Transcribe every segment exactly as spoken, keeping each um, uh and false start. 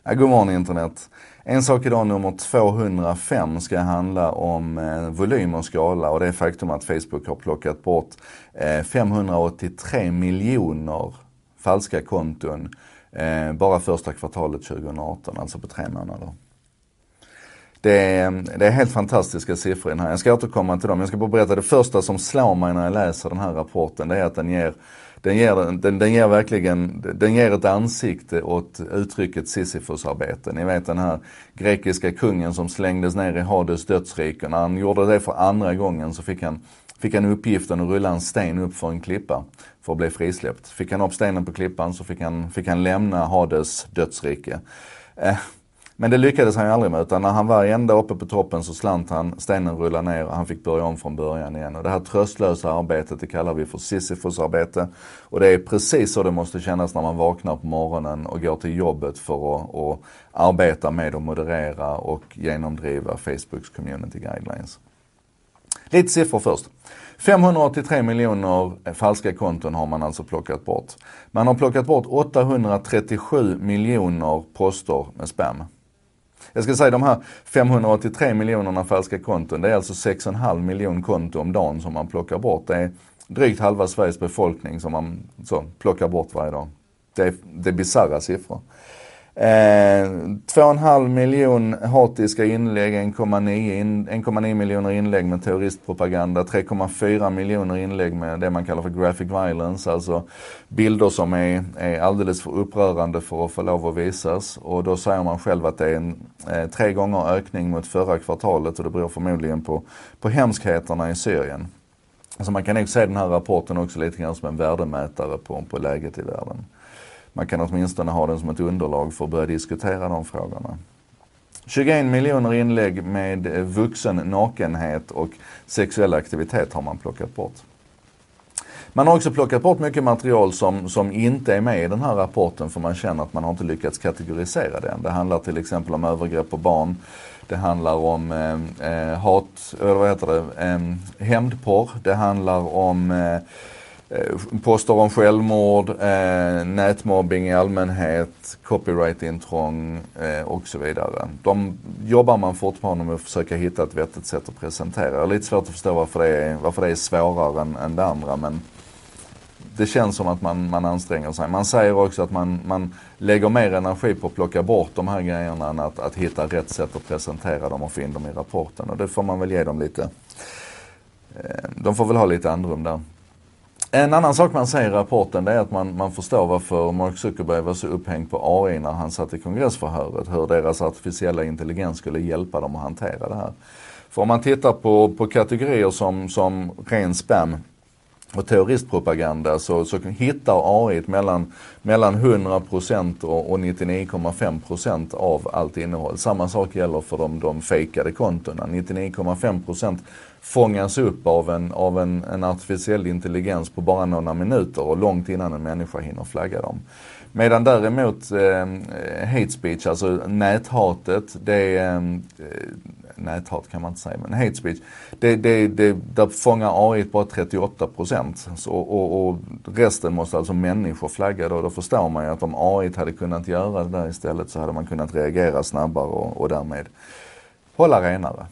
Ja, god morgon internet. En sak idag nummer tvåhundrafem ska handla om eh, volym och skala, och det är faktum att Facebook har plockat bort eh, femhundraåttiotre miljoner falska konton eh, bara första kvartalet tjugoarton, alltså på tre månader. Det är, det är helt fantastiska siffror i den här. Jag ska återkomma till dem. Jag ska bara berätta det första som slår mig när jag läser den här rapporten. Det är att den ger, den ger, den, den ger verkligen, den ger ett ansikte åt uttrycket Sisyfos-arbete. Ni vet den här grekiska kungen som slängdes ner i Hades dödsrike. När han gjorde det för andra gången så fick han, fick han uppgiften att rulla en sten upp för en klippa för att bli frisläppt. Fick han upp stenen på klippan så fick han, fick han lämna Hades dödsrike. Eh, Men det lyckades han ju aldrig med, utan när han var ända uppe på toppen så slant han, stenen rullade ner och han fick börja om från början igen. Och det här tröstlösa arbetet, det kallar vi för Sisyfos-arbete. Och det är precis så det måste kännas när man vaknar på morgonen och går till jobbet för att, att arbeta med att moderera och genomdriva Facebooks community guidelines. Lite siffror först. femhundraåttiotre miljoner falska konton har man alltså plockat bort. Man har plockat bort åttahundratrettiosju miljoner poster med spam. Jag ska säga de här femhundraåttiotre miljonerna falska konton, det är alltså sex komma fem miljoner konton om dagen som man plockar bort. Det är drygt halva Sveriges befolkning som man så, plockar bort varje dag. Det är, det är bizarra siffror. Eh, två komma fem miljoner hatiska inlägg, en komma nio miljoner inlägg med terroristpropaganda, tre komma fyra miljoner inlägg med det man kallar för graphic violence, alltså bilder som är, är alldeles för upprörande för att få lov att visas. Och då säger man själv att det är en eh, tre gånger ökning mot förra kvartalet, och det beror förmodligen på, på hemskheterna i Syrien. Alltså man kan nog se den här rapporten också lite grann som en värdemätare på, på läget i världen. Man kan åtminstone ha den som ett underlag för att börja diskutera de frågorna. tjugoen miljoner inlägg med vuxen nakenhet och sexuell aktivitet har man plockat bort. Man har också plockat bort mycket material som, som inte är med i den här rapporten, för man känner att man har inte lyckats kategorisera den. Det handlar till exempel om övergrepp på barn. Det handlar om eh, hat, eller vad heter det, eh, hämndporr. Det handlar om eh, poster om självmord, eh, nätmobbing i allmänhet, copyright-intrång eh, och så vidare. De jobbar man fortfarande med att försöka hitta ett vettigt sätt att presentera. Det är lite svårt att förstå varför det är, varför det är svårare än, än det andra, men det känns som att man, man anstränger sig. Man säger också att man, man lägger mer energi på att plocka bort de här grejerna än att, att hitta rätt sätt att presentera dem och få in dem i rapporten. Och det får man väl ge dem lite. Eh, de får väl ha lite andrum där. En annan sak man säger i rapporten, det är att man, man förstår varför Mark Zuckerberg var så upphängd på A I när han satt i kongressförhöret. Hur deras artificiella intelligens skulle hjälpa dem att hantera det här. För om man tittar på, på kategorier som, som ren spam och terroristpropaganda, så, så hittar A I mellan, mellan hundra procent och, och nittionio komma fem procent av allt innehåll. Samma sak gäller för de, de fejkade kontona. nittionio komma fem procent fångas upp av, en, av en, en artificiell intelligens på bara några minuter och långt innan en människa hinner flagga dem. Medan däremot eh, hate speech, alltså näthatet, det är, eh, näthat kan man inte säga, men hate speech, det, det, det, där fångar A I bara trettioåtta procent. Så, och, och resten måste alltså människor flagga då. Då förstår man ju att om A I hade kunnat göra det där istället, så hade man kunnat reagera snabbare och, och därmed hålla renare.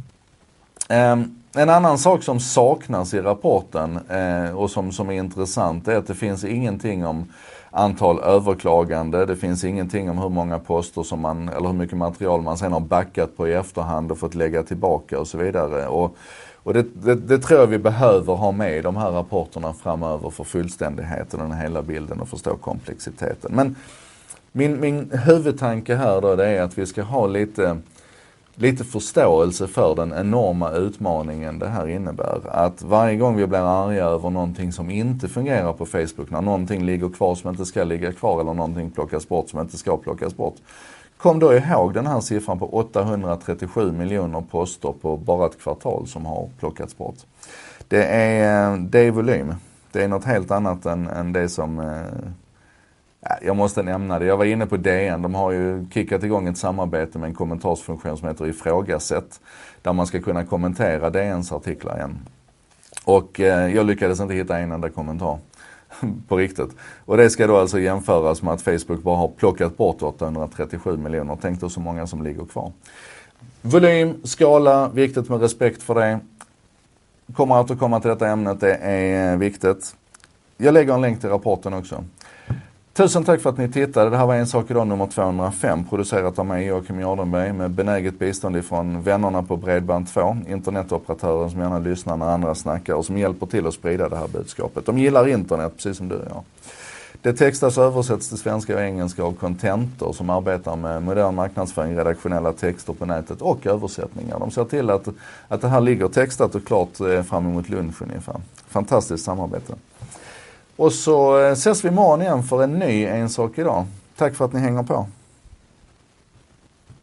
Um, En annan sak som saknas i rapporten eh, och som, som är intressant är att det finns ingenting om antal överklagande. Det finns ingenting om hur många poster som man, eller hur mycket material man sen har backat på i efterhand och fått lägga tillbaka och så vidare. Och, och det, det, det tror jag vi behöver ha med i de här rapporterna framöver för fullständigheten och den hela bilden och förstå komplexiteten. Men min, min huvudtanke här då, det är att vi ska ha lite... lite förståelse för den enorma utmaningen det här innebär. Att varje gång vi blir arga över någonting som inte fungerar på Facebook, när någonting ligger kvar som inte ska ligga kvar eller någonting plockas bort som inte ska plockas bort, kom då ihåg den här siffran på åttahundratrettiosju miljoner poster på bara ett kvartal som har plockats bort. Det är, det är volym. Det är något helt annat än, än det som... Eh, Jag måste nämna det. Jag var inne på D N. De har ju kickat igång ett samarbete med en kommentarsfunktion som heter Ifrågasätt, där man ska kunna kommentera D N:s artiklar igen. Och eh, jag lyckades inte hitta en enda kommentar. på riktigt. Och det ska då alltså jämföras med att Facebook bara har plockat bort åttahundratrettiosju miljoner. Tänk då så många som ligger kvar. Volym, skala, viktigt med respekt för det. Kommer att återkomma till detta ämnet, det är viktigt. Jag lägger en länk till rapporten också. Tusen tack för att ni tittade. Det här var En sak idag nummer tvåhundrafem, producerat av mig, Joakim Jardenberg, med benäget bistånd ifrån vännerna på Bredband två, internetoperatören som gärna lyssnar när andra snackar och som hjälper till att sprida det här budskapet. De gillar internet, precis som du och jag. Det textas och översätts till svenska och engelska av Contentor som arbetar med modern marknadsföring, redaktionella texter på nätet och översättningar. De ser till att, att det här ligger textat och klart fram emot lunch ungefär. Fantastiskt samarbete. Och så ses vi imorgon igen för en ny En sak idag. Tack för att ni hänger på.